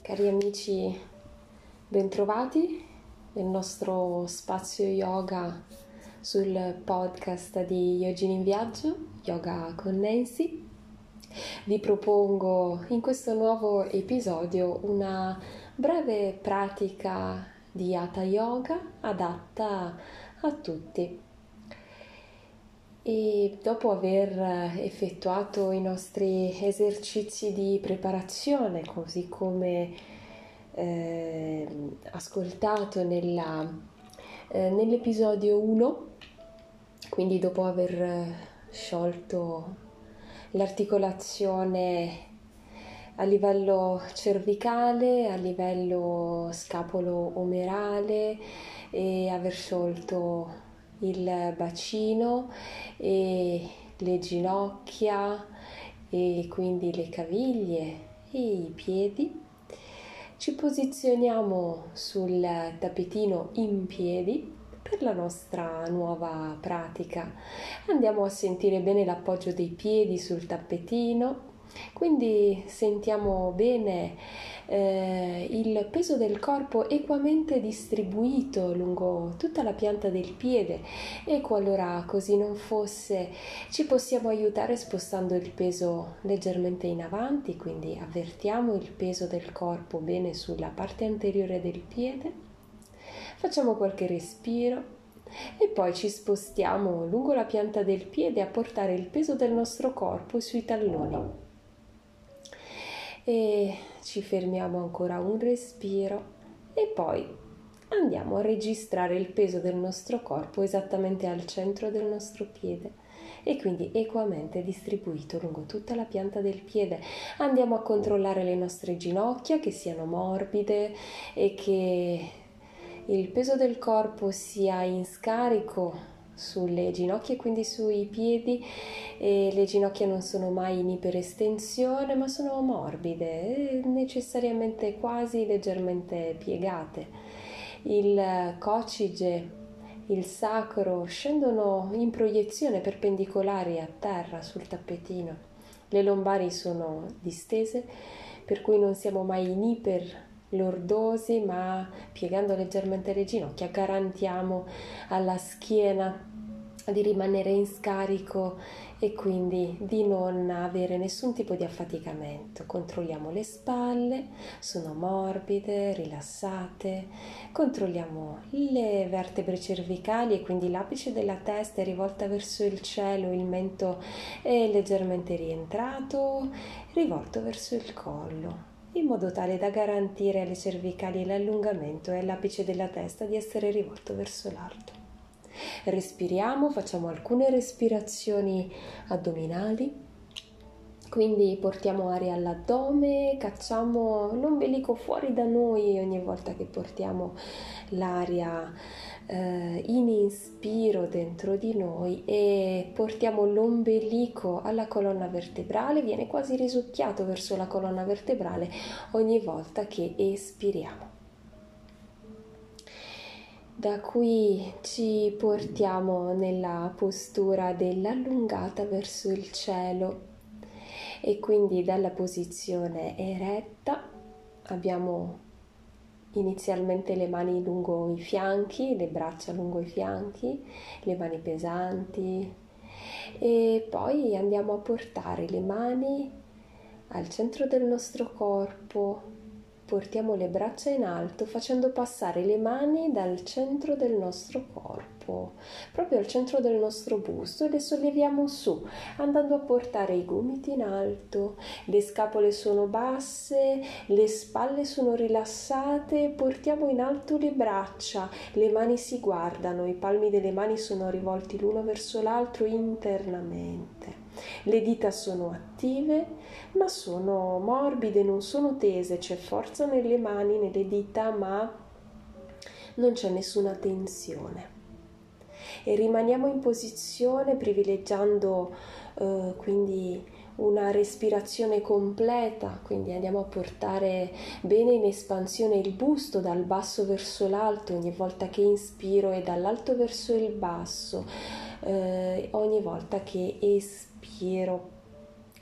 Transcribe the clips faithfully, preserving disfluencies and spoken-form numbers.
Cari amici, bentrovati nel nostro spazio yoga sul podcast di Yogini in Viaggio, Yoga con Nancy. Vi propongo in questo nuovo episodio una breve pratica di Hatha Yoga adatta a tutti. E dopo aver effettuato i nostri esercizi di preparazione, così come eh, ascoltato nella, eh, nell'episodio uno, quindi dopo aver sciolto l'articolazione a livello cervicale, a livello scapolo-omerale e aver sciolto il bacino e le ginocchia e quindi le caviglie e i piedi, ci posizioniamo sul tappetino in piedi per la nostra nuova pratica. Andiamo a sentire bene l'appoggio dei piedi sul tappetino, quindi sentiamo bene eh, il peso del corpo equamente distribuito lungo tutta la pianta del piede, e qualora così non fosse ci possiamo aiutare spostando il peso leggermente in avanti, quindi avvertiamo il peso del corpo bene sulla parte anteriore del piede, facciamo qualche respiro e poi ci spostiamo lungo la pianta del piede a portare il peso del nostro corpo sui talloni. E ci fermiamo ancora un respiro e poi andiamo a registrare il peso del nostro corpo esattamente al centro del nostro piede e quindi equamente distribuito lungo tutta la pianta del piede. Andiamo a controllare le nostre ginocchia, che siano morbide e che il peso del corpo sia in scarico sulle ginocchia e quindi sui piedi, e le ginocchia non sono mai in iperestensione ma sono morbide, necessariamente quasi leggermente piegate. Il coccige, il sacro scendono in proiezione perpendicolari a terra sul tappetino. Le lombari sono distese, per cui non siamo mai in iper lordosi, ma piegando leggermente le ginocchia garantiamo alla schiena di rimanere in scarico e quindi di non avere nessun tipo di affaticamento. Controlliamo le spalle, sono morbide, rilassate, controlliamo le vertebre cervicali e quindi l'apice della testa è rivolta verso il cielo, il mento è leggermente rientrato, rivolto verso il collo, in modo tale da garantire alle cervicali l'allungamento e all'apice della testa di essere rivolto verso l'alto. Respiriamo, facciamo alcune respirazioni addominali, quindi portiamo aria all'addome, cacciamo l'ombelico fuori da noi ogni volta che portiamo l'aria eh, in inspiro dentro di noi e portiamo l'ombelico alla colonna vertebrale, viene quasi risucchiato verso la colonna vertebrale ogni volta che espiriamo. Da qui ci portiamo nella postura dell'allungata verso il cielo e quindi dalla posizione eretta abbiamo inizialmente le mani lungo i fianchi, le braccia lungo i fianchi, le mani pesanti, e poi andiamo a portare le mani al centro del nostro corpo. Portiamo le braccia in alto facendo passare le mani dal centro del nostro corpo, proprio al centro del nostro busto, e le solleviamo su, andando a portare i gomiti in alto, le scapole sono basse, le spalle sono rilassate, portiamo in alto le braccia, le mani si guardano, i palmi delle mani sono rivolti l'uno verso l'altro internamente. Le dita sono attive ma sono morbide, non sono tese, c'è forza nelle mani, nelle dita, ma non c'è nessuna tensione. E rimaniamo in posizione privilegiando eh, quindi una respirazione completa, quindi andiamo a portare bene in espansione il busto dal basso verso l'alto ogni volta che inspiro e dall'alto verso il basso eh, ogni volta che espiro.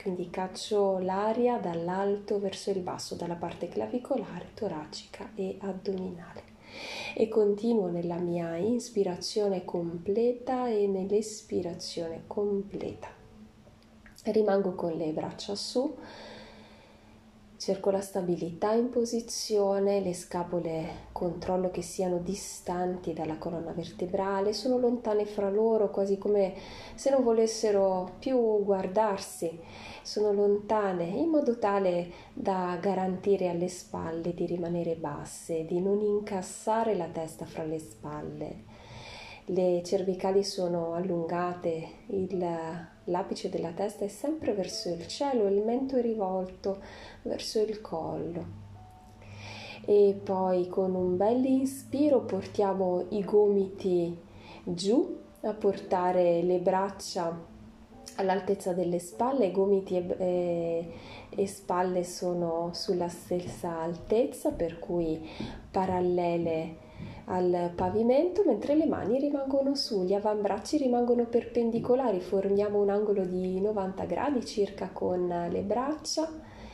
quindi caccio l'aria dall'alto verso il basso, dalla parte clavicolare, toracica e addominale. E continuo nella mia inspirazione completa e nell'espirazione completa. Rimango con le braccia su, cerco la stabilità in posizione, le scapole controllo che siano distanti dalla colonna vertebrale, sono lontane fra loro, quasi come se non volessero più guardarsi, sono lontane in modo tale da garantire alle spalle di rimanere basse, di non incassare la testa fra le spalle. Le cervicali sono allungate, il, l'apice della testa è sempre verso il cielo, il mento è rivolto verso il collo. E poi con un bel inspiro portiamo i gomiti giù, a portare le braccia all'altezza delle spalle, i gomiti e, e, e spalle sono sulla stessa altezza, per cui parallele al pavimento, mentre le mani rimangono su, gli avambracci rimangono perpendicolari, formiamo un angolo di novanta gradi circa con le braccia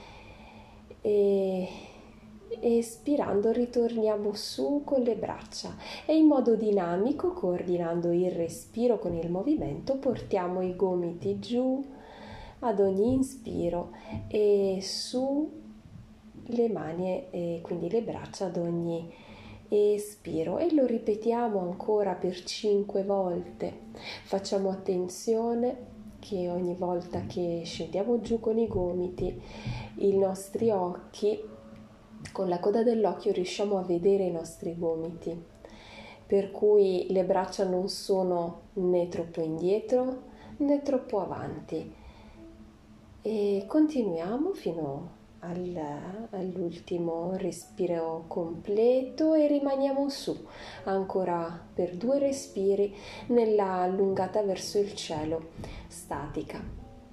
e espirando ritorniamo su con le braccia e in modo dinamico, coordinando il respiro con il movimento, portiamo i gomiti giù ad ogni inspiro e su le mani e quindi le braccia ad ogni espiro, e lo ripetiamo ancora per cinque volte. Facciamo attenzione che ogni volta che scendiamo giù con i gomiti, i nostri occhi, con la coda dell'occhio riusciamo a vedere i nostri gomiti, per cui le braccia non sono né troppo indietro né troppo avanti. E continuiamo fino al, all'ultimo respiro completo e rimaniamo su ancora per due respiri nella allungata verso il cielo statica.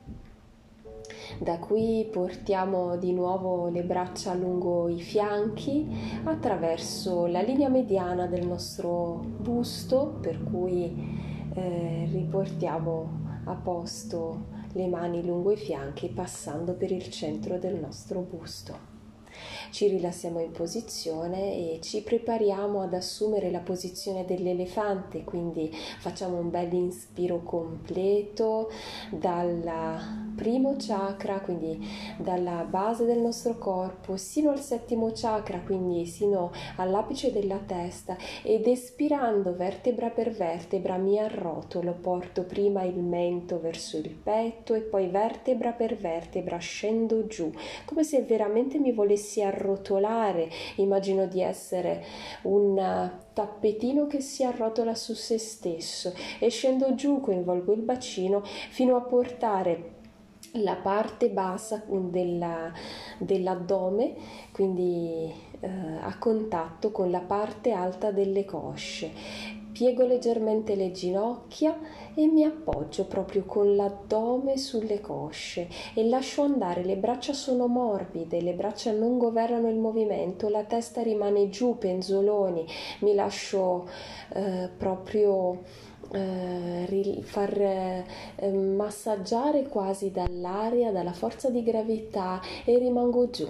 Da qui portiamo di nuovo le braccia lungo i fianchi attraverso la linea mediana del nostro busto, per cui eh, riportiamo a posto le mani lungo i fianchi passando per il centro del nostro busto. Ci rilassiamo in posizione e ci prepariamo ad assumere la posizione dell'elefante, quindi facciamo un bel inspiro completo dal primo chakra, quindi dalla base del nostro corpo sino al settimo chakra, quindi sino all'apice della testa, ed espirando vertebra per vertebra mi arrotolo, porto prima il mento verso il petto e poi vertebra per vertebra scendo giù, come se veramente mi volessi arrotolare. Immagino di essere un tappetino che si arrotola su se stesso e scendo giù, coinvolgo il bacino fino a portare la parte bassa della, dell'addome, quindi eh, a contatto con la parte alta delle cosce. Piego leggermente le ginocchia e mi appoggio proprio con l'addome sulle cosce e lascio andare. Le braccia sono morbide, le braccia non governano il movimento, la testa rimane giù, penzoloni, mi lascio eh, proprio Eh, far eh, massaggiare quasi dall'aria, dalla forza di gravità, e rimango giù,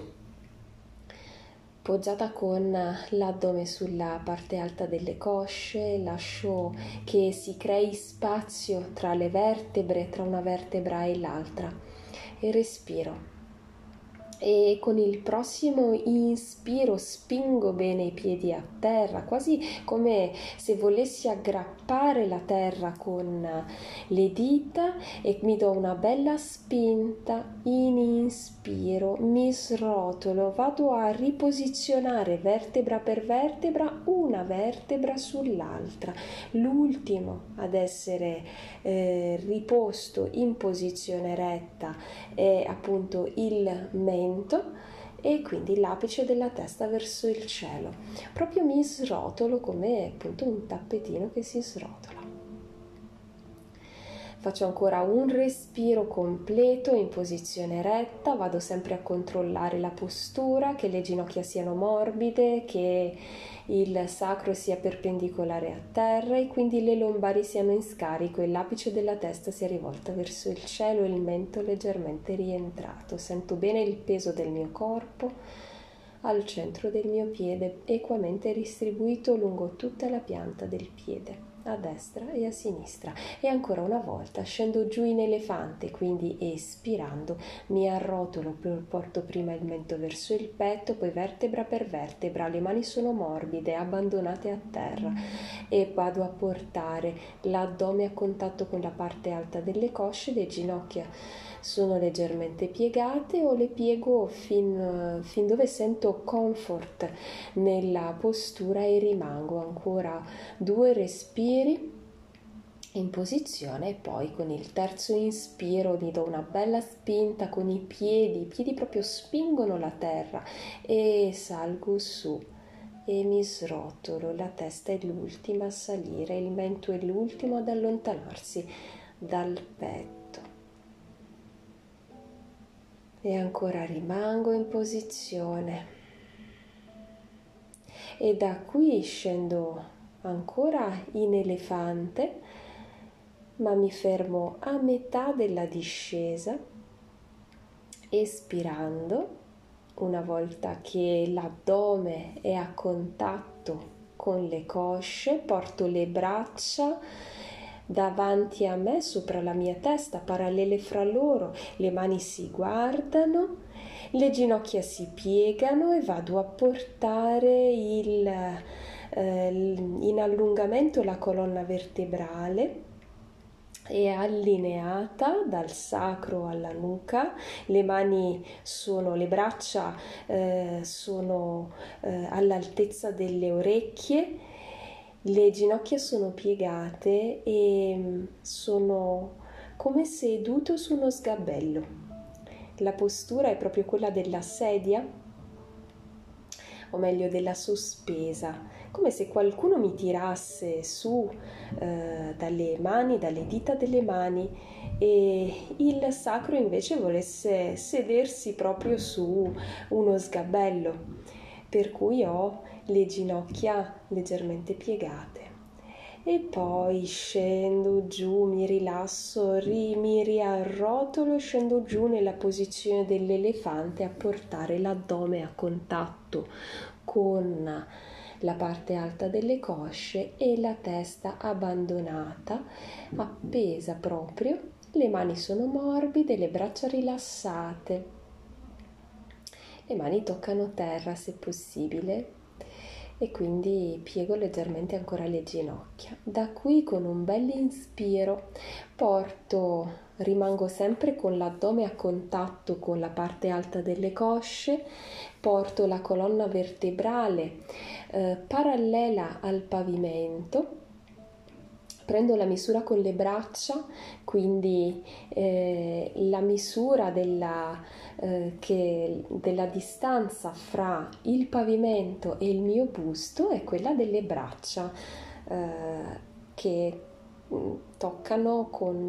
poggiata con l'addome sulla parte alta delle cosce. Lascio che si crei spazio tra le vertebre, tra una vertebra e l'altra, e respiro. E con il prossimo inspiro spingo bene i piedi a terra, quasi come se volessi aggrappare la terra con le dita, e mi do una bella spinta. In inspiro mi srotolo, vado a riposizionare vertebra per vertebra, una vertebra sull'altra. L'ultimo ad essere eh, riposto in posizione retta è appunto il mento, e quindi l'apice della testa verso il cielo. Proprio mi srotolo come appunto un tappetino che si srotola. Faccio ancora un respiro completo in posizione retta, vado sempre a controllare la postura, che le ginocchia siano morbide, che il sacro sia perpendicolare a terra e quindi le lombari siano in scarico e l'apice della testa sia rivolta verso il cielo e il mento leggermente rientrato. Sento bene il peso del mio corpo al centro del mio piede, equamente distribuito lungo tutta la pianta del piede, a destra e a sinistra. E ancora una volta scendo giù in elefante, quindi espirando mi arrotolo, porto prima il mento verso il petto, poi vertebra per vertebra, le mani sono morbide, abbandonate a terra, e vado a portare l'addome a contatto con la parte alta delle cosce, le ginocchia sono leggermente piegate o le piego fin, fin dove sento comfort nella postura e rimango ancora due respiri in posizione e poi con il terzo inspiro mi do una bella spinta con i piedi, i piedi proprio spingono la terra e salgo su e mi srotolo, la testa è l'ultima a salire, il mento è l'ultimo ad allontanarsi dal petto. E ancora rimango in posizione e da qui scendo ancora in elefante, ma mi fermo a metà della discesa, espirando. Una volta che l'addome è a contatto con le cosce, porto le braccia davanti a me, sopra la mia testa, parallele fra loro, le mani si guardano, le ginocchia si piegano e vado a portare il, eh, in allungamento la colonna vertebrale. È allineata dal sacro alla nuca, le mani sono, le braccia eh, sono eh, all'altezza delle orecchie, le ginocchia sono piegate e sono come seduto su uno sgabello. La postura è proprio quella della sedia, o meglio della sospesa, come se qualcuno mi tirasse su eh, dalle mani, dalle dita delle mani, e il sacro invece volesse sedersi proprio su uno sgabello, per cui ho le ginocchia leggermente piegate. E poi scendo giù, mi rilasso, ri, mi riarrotolo e scendo giù nella posizione dell'elefante a portare l'addome a contatto con la parte alta delle cosce e la testa abbandonata, appesa proprio, le mani sono morbide, le braccia rilassate, le mani toccano terra se possibile e quindi piego leggermente ancora le ginocchia. Da qui con un bel inspiro porto, rimango sempre con l'addome a contatto con la parte alta delle cosce, porto la colonna vertebrale eh, parallela al pavimento, prendo la misura con le braccia, quindi eh, la misura della, eh, che, della distanza fra il pavimento e il mio busto è quella delle braccia eh, che mh, toccano con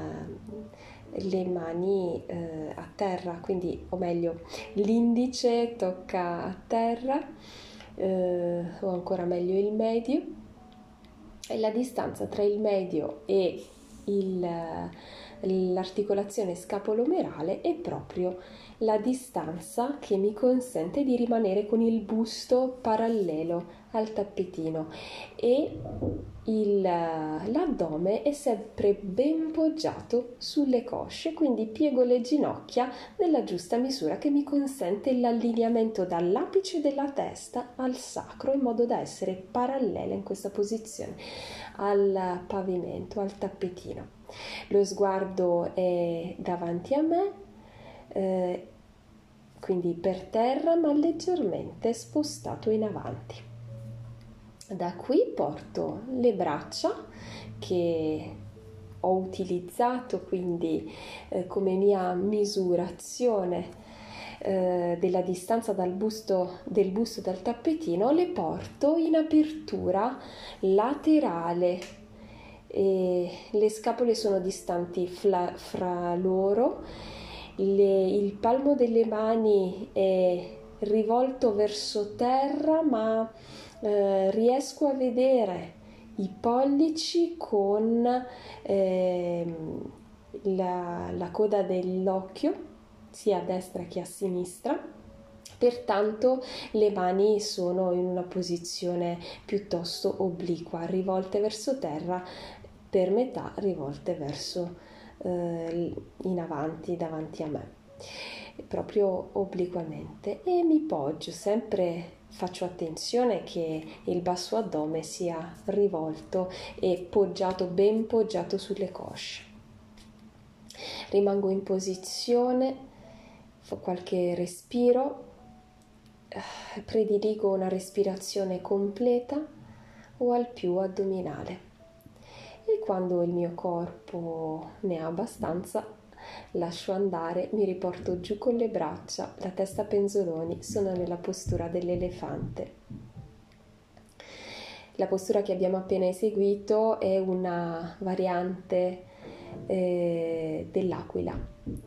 eh, le mani eh, a terra, quindi o meglio l'indice tocca a terra eh, o ancora meglio il medio. E la distanza tra il medio e il, l'articolazione scapolomerale è proprio la distanza che mi consente di rimanere con il busto parallelo al tappetino e il, l'addome è sempre ben poggiato sulle cosce, quindi piego le ginocchia nella giusta misura che mi consente l'allineamento dall'apice della testa al sacro in modo da essere parallela in questa posizione al pavimento, al tappetino. Lo sguardo è davanti a me, eh, quindi per terra ma leggermente spostato in avanti. Da qui porto le braccia che ho utilizzato quindi eh, come mia misurazione eh, della distanza dal busto, del busto dal tappetino, le porto in apertura laterale e le scapole sono distanti fra, fra loro, le, il palmo delle mani è rivolto verso terra ma eh, riesco a vedere i pollici con ehm, la, la coda dell'occhio, sia a destra che a sinistra, pertanto le mani sono in una posizione piuttosto obliqua, rivolte verso terra, per metà rivolte verso eh, in avanti, davanti a me, proprio obliquamente, e mi poggio sempre. Faccio attenzione che il basso addome sia rivolto e poggiato, ben poggiato sulle cosce. Rimango in posizione, fa qualche respiro, prediligo una respirazione completa o al più addominale. E quando il mio corpo ne ha abbastanza, lascio andare, mi riporto giù con le braccia, la testa a penzoloni, sono nella postura dell'elefante. La postura che abbiamo appena eseguito è una variante eh, dell'aquila.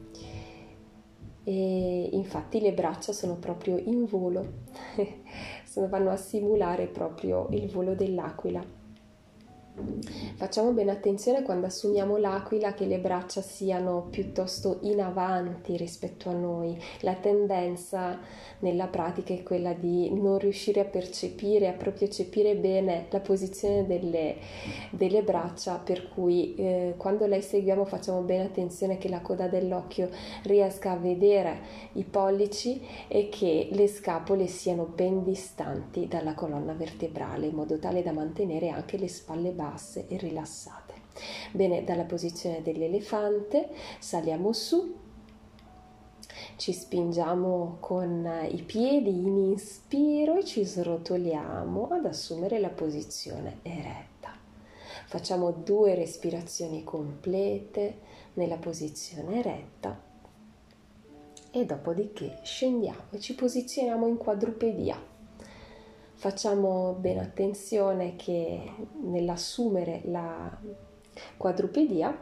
E infatti le braccia sono proprio in volo, vanno a simulare proprio il volo dell'aquila. Facciamo bene attenzione quando assumiamo l'aquila che le braccia siano piuttosto in avanti rispetto a noi. La tendenza nella pratica è quella di non riuscire a percepire, a proprio cepire bene la posizione delle, delle braccia, per cui eh, quando la eseguiamo facciamo bene attenzione che la coda dell'occhio riesca a vedere i pollici e che le scapole siano ben distanti dalla colonna vertebrale, in modo tale da mantenere anche le spalle basse e rilassate. Bene, dalla posizione dell'elefante saliamo su, ci spingiamo con i piedi in inspiro e ci srotoliamo ad assumere la posizione eretta. Facciamo due respirazioni complete nella posizione eretta e dopodiché scendiamo e ci posizioniamo in quadrupedia. Facciamo bene attenzione che nell'assumere la quadrupedia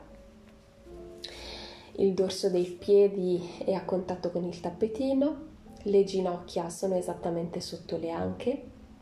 il dorso dei piedi è a contatto con il tappetino, le ginocchia sono esattamente sotto le anche,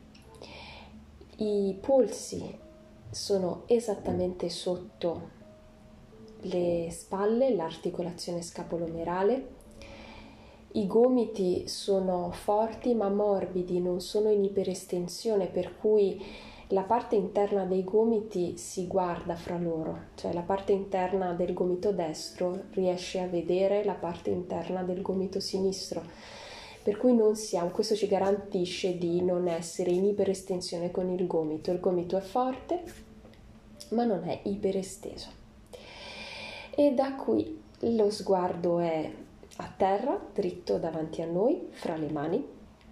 i polsi sono esattamente sotto le spalle, l'articolazione scapolomerale. I gomiti sono forti ma morbidi, non sono in iperestensione, per cui la parte interna dei gomiti si guarda fra loro, cioè la parte interna del gomito destro riesce a vedere la parte interna del gomito sinistro, per cui non siamo, questo ci garantisce di non essere in iperestensione con il gomito. Il gomito è forte ma non è iperesteso. E da qui lo sguardo è a terra, dritto davanti a noi, fra le mani,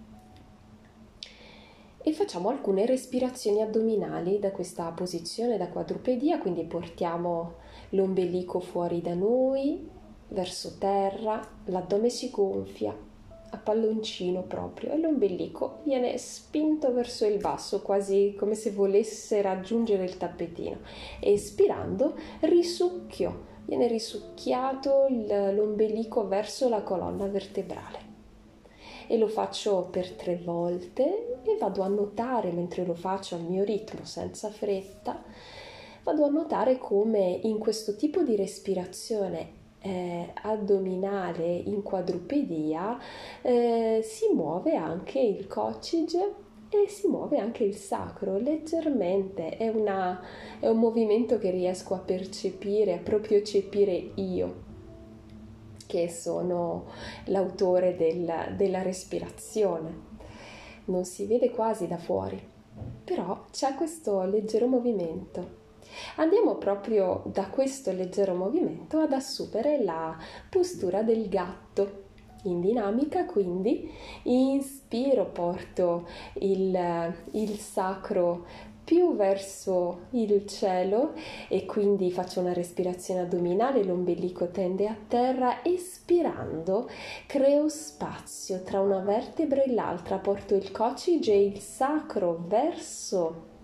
e facciamo alcune respirazioni addominali da questa posizione da quadrupedia, quindi portiamo l'ombelico fuori da noi, verso terra, l'addome si gonfia a palloncino proprio e l'ombelico viene spinto verso il basso, quasi come se volesse raggiungere il tappetino. Espirando, risucchio. Viene risucchiato l'ombelico verso la colonna vertebrale e lo faccio per tre volte e vado a notare, mentre lo faccio al mio ritmo senza fretta, vado a notare come in questo tipo di respirazione eh, addominale in quadrupedia eh, si muove anche il coccige e si muove anche il sacro leggermente. È, una, è un movimento che riesco a percepire, a proprio cepire io, che sono l'autore del, della respirazione. Non si vede quasi da fuori, però c'è questo leggero movimento. Andiamo proprio da questo leggero movimento ad assumere la postura del gatto. In dinamica, quindi, inspiro, porto il, il sacro più verso il cielo e quindi faccio una respirazione addominale, l'ombelico tende a terra. Espirando creo spazio tra una vertebra e l'altra, porto il coccige e il sacro verso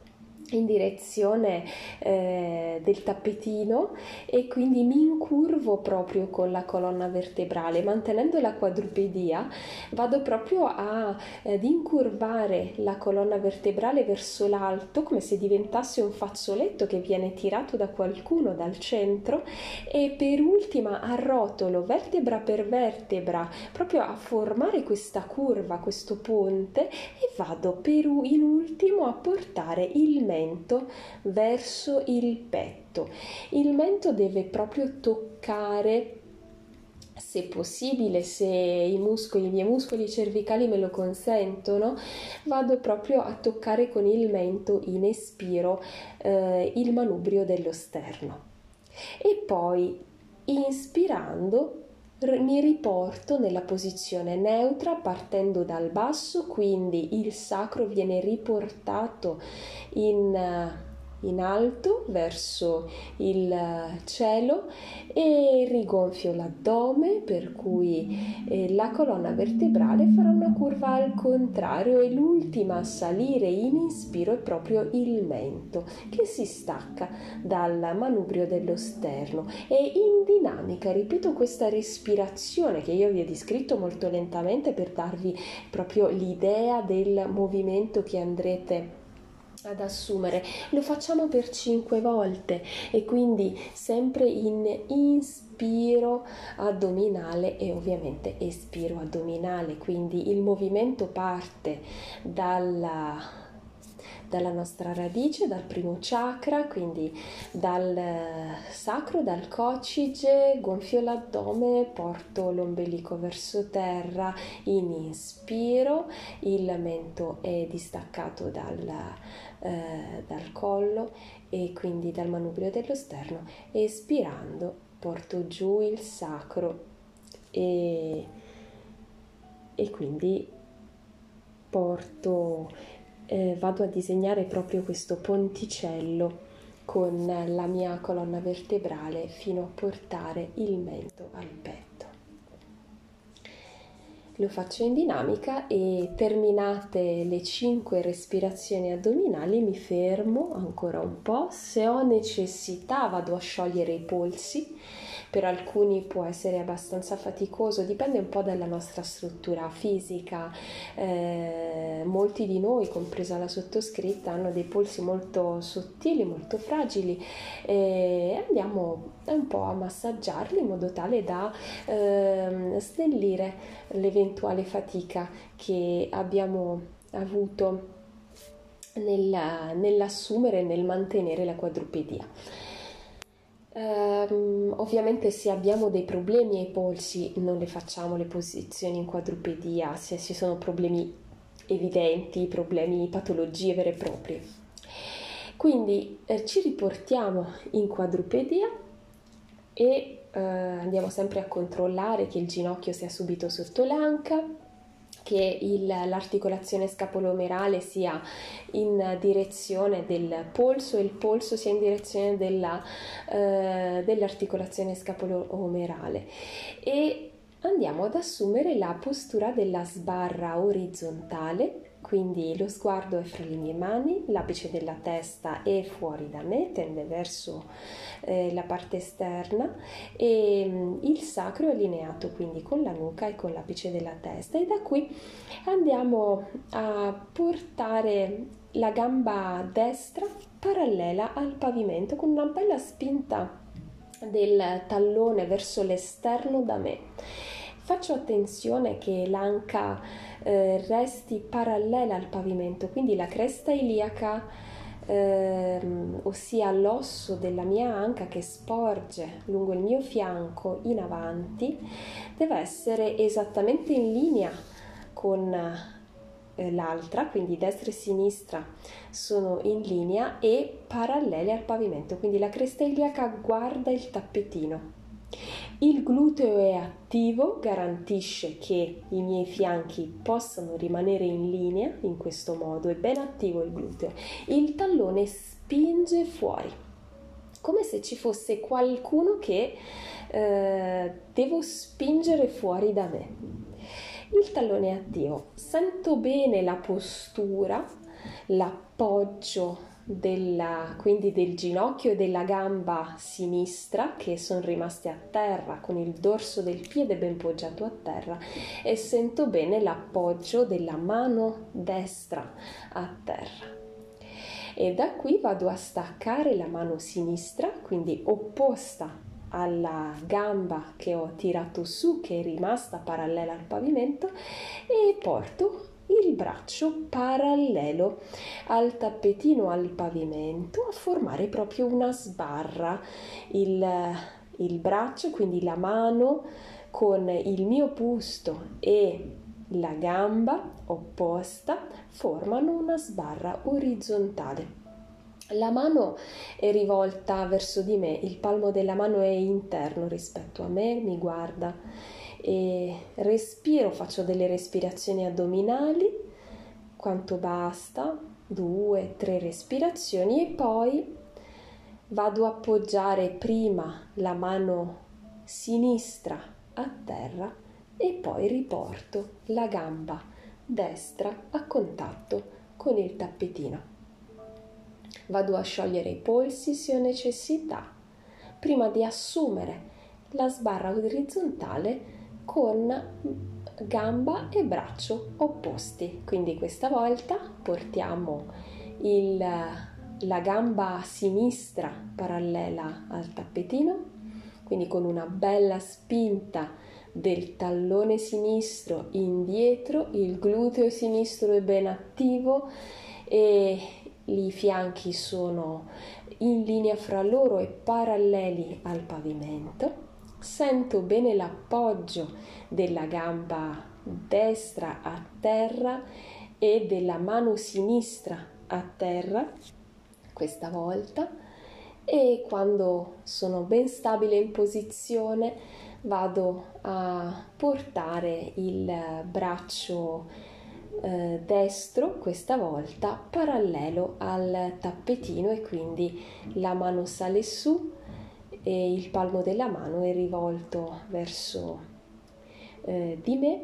in direzione eh, del tappetino, e quindi mi incurvo proprio con la colonna vertebrale, mantenendo la quadrupedia vado proprio a, ad incurvare la colonna vertebrale verso l'alto, come se diventasse un fazzoletto che viene tirato da qualcuno dal centro, e per ultima arrotolo vertebra per vertebra proprio a formare questa curva, questo ponte, e vado per in ultimo a portare il mento verso il petto. Il mento deve proprio toccare, se possibile, se i muscoli, i miei muscoli cervicali me lo consentono, vado proprio a toccare con il mento in espiro eh, il manubrio dello sterno, e poi inspirando mi riporto nella posizione neutra partendo dal basso, quindi il sacro viene riportato in, in alto verso il cielo, e rigonfio l'addome, per cui eh, la colonna vertebrale farà una curva al contrario, e l'ultima a salire in inspiro è proprio il mento che si stacca dal manubrio dello sterno, e in dinamica ripeto questa respirazione che io vi ho descritto molto lentamente per darvi proprio l'idea del movimento che andrete ad assumere. Lo facciamo per cinque volte, e quindi sempre in inspiro addominale e ovviamente espiro addominale, quindi il movimento parte dalla dalla nostra radice, dal primo chakra, quindi dal sacro, dal coccige, gonfio l'addome, porto l'ombelico verso terra in inspiro, il mento è distaccato dal, eh, dal collo e quindi dal manubrio dello sterno, espirando porto giù il sacro e, e quindi porto Eh, vado a disegnare proprio questo ponticello con la mia colonna vertebrale fino a portare il mento al petto. Lo faccio in dinamica, e terminate le cinque respirazioni addominali mi fermo ancora un po', se ho necessità vado a sciogliere i polsi. Per alcuni può essere abbastanza faticoso, dipende un po' dalla nostra struttura fisica. Eh, molti di noi, compresa la sottoscritta, hanno dei polsi molto sottili, molto fragili, e andiamo un po' a massaggiarli in modo tale da eh, snellire l'eventuale fatica che abbiamo avuto nella, nell'assumere e nel mantenere la quadrupedia. Um, ovviamente se abbiamo dei problemi ai polsi non le facciamo le posizioni in quadrupedia, se ci sono problemi evidenti, problemi, patologie vere e proprie. Quindi eh, ci riportiamo in quadrupedia, e eh, andiamo sempre a controllare che il ginocchio sia subito sotto l'anca, che il, l'articolazione scapolo-omerale sia in direzione del polso e il polso sia in direzione della, eh, dell'articolazione scapolo-omerale, e andiamo ad assumere la postura della sbarra orizzontale. Quindi lo sguardo è fra le mie mani, l'apice della testa è fuori da me, tende verso eh, la parte esterna, e mh, il sacro è allineato quindi con la nuca e con l'apice della testa, e da qui andiamo a portare la gamba destra parallela al pavimento con una bella spinta del tallone verso l'esterno da me. Faccio attenzione che l'anca eh, resti parallela al pavimento, quindi la cresta iliaca, eh, ossia l'osso della mia anca che sporge lungo il mio fianco in avanti, deve essere esattamente in linea con eh, l'altra, quindi destra e sinistra sono in linea e parallele al pavimento, quindi la cresta iliaca guarda il tappetino. Il gluteo è attivo, garantisce che i miei fianchi possano rimanere in linea in questo modo, è ben attivo il gluteo. Il tallone spinge fuori, come se ci fosse qualcuno che eh, devo spingere fuori da me. Il tallone è attivo, sento bene la postura, l'appoggio della, quindi del ginocchio e della gamba sinistra che sono rimaste a terra con il dorso del piede ben poggiato a terra, e sento bene l'appoggio della mano destra a terra. E da qui vado a staccare la mano sinistra, quindi opposta alla gamba che ho tirato su, che è rimasta parallela al pavimento, e porto il braccio parallelo al tappetino, al pavimento, a formare proprio una sbarra. Il, il braccio, quindi la mano con il mio busto e la gamba opposta formano una sbarra orizzontale. La mano è rivolta verso di me, il palmo della mano è interno rispetto a me, mi guarda, e respiro, faccio delle respirazioni addominali, quanto basta, due, tre respirazioni, e poi vado a appoggiare prima la mano sinistra a terra e poi riporto la gamba destra a contatto con il tappetino. Vado a sciogliere i polsi se ho necessità, prima di assumere la sbarra orizzontale con gamba e braccio opposti. Quindi questa volta portiamo il, la gamba sinistra parallela al tappetino, quindi con una bella spinta del tallone sinistro indietro, il gluteo sinistro è ben attivo e i fianchi sono in linea fra loro e paralleli al pavimento. Sento bene l'appoggio della gamba destra a terra e della mano sinistra a terra questa volta, e quando sono ben stabile in posizione vado a portare il braccio eh, destro questa volta parallelo al tappetino, e quindi la mano sale su e il palmo della mano è rivolto verso eh, di me.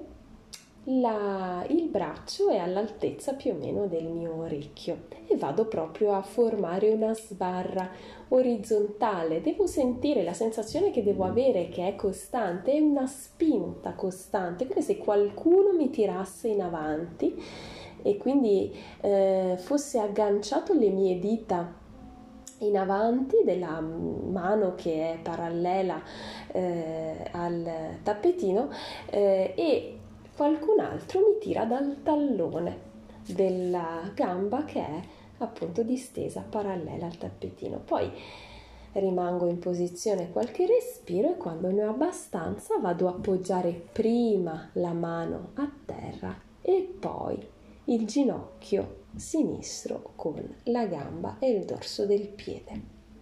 La, il braccio è all'altezza più o meno del mio orecchio e vado proprio a formare una sbarra orizzontale. Devo sentire la sensazione che devo avere, che è costante, è una spinta costante, come se qualcuno mi tirasse in avanti e quindi eh, fosse agganciato le mie dita in avanti della mano che è parallela eh, al tappetino eh, e qualcun altro mi tira dal tallone della gamba che è appunto distesa parallela al tappetino. Poi rimango in posizione qualche respiro e quando ne ho abbastanza vado a appoggiare prima la mano a terra e poi il ginocchio sinistro con la gamba e il dorso del piede.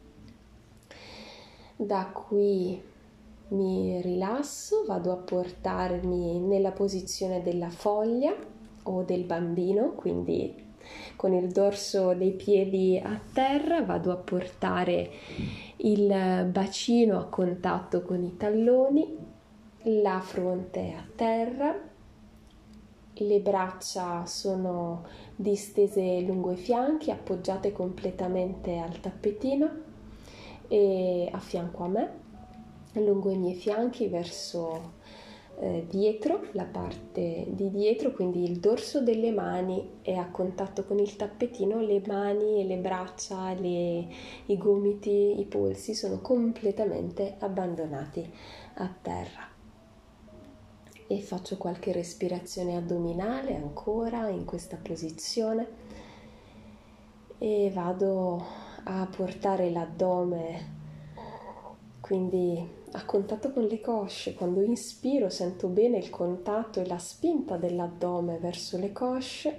Da qui mi rilasso, vado a portarmi nella posizione della foglia o del bambino, quindi con il dorso dei piedi a terra vado a portare il bacino a contatto con i talloni, la fronte a terra, le braccia sono distese lungo i fianchi, appoggiate completamente al tappetino e a fianco a me, lungo i miei fianchi verso eh, dietro, la parte di dietro, quindi il dorso delle mani è a contatto con il tappetino, le mani e le braccia, le, i gomiti, i polsi sono completamente abbandonati a terra. E faccio qualche respirazione addominale ancora in questa posizione e vado a portare l'addome quindi a contatto con le cosce. Quando inspiro sento bene il contatto e la spinta dell'addome verso le cosce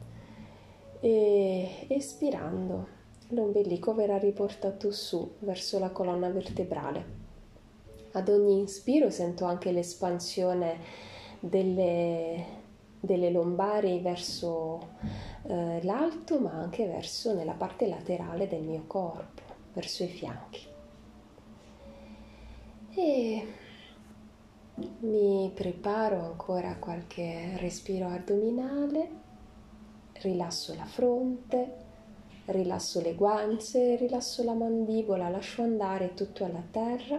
e espirando l'ombelico verrà riportato su verso la colonna vertebrale. Ad ogni inspiro sento anche l'espansione delle, delle lombari verso eh, l'alto, ma anche verso nella parte laterale del mio corpo, verso i fianchi. E mi preparo ancora a qualche respiro addominale, rilasso la fronte, rilasso le guance, rilasso la mandibola, lascio andare tutto alla terra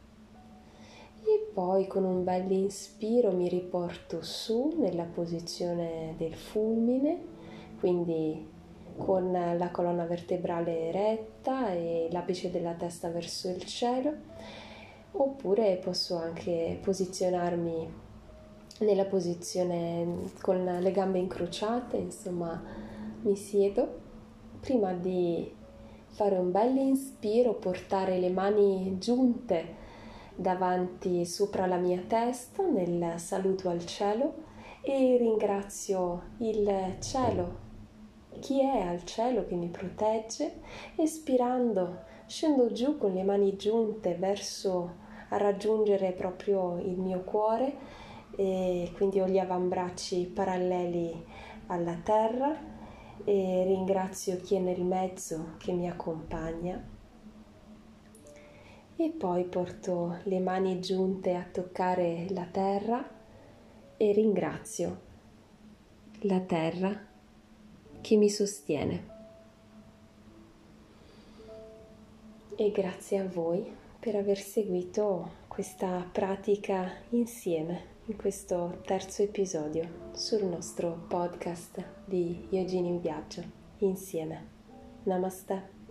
e poi con un bel inspiro mi riporto su nella posizione del fulmine, quindi con la colonna vertebrale eretta e l'apice della testa verso il cielo, oppure posso anche posizionarmi nella posizione con le gambe incrociate, insomma mi siedo prima di fare un bel inspiro, portare le mani giunte davanti sopra la mia testa nel saluto al cielo e ringrazio il cielo, chi è al cielo che mi protegge. Espirando scendo giù con le mani giunte verso a raggiungere proprio il mio cuore e quindi ho gli avambracci paralleli alla terra e ringrazio chi è nel mezzo che mi accompagna e poi porto le mani giunte a toccare la terra e ringrazio la terra che mi sostiene. E grazie a voi per aver seguito questa pratica insieme in questo terzo episodio sul nostro podcast di Yogini in Viaggio insieme. Namaste.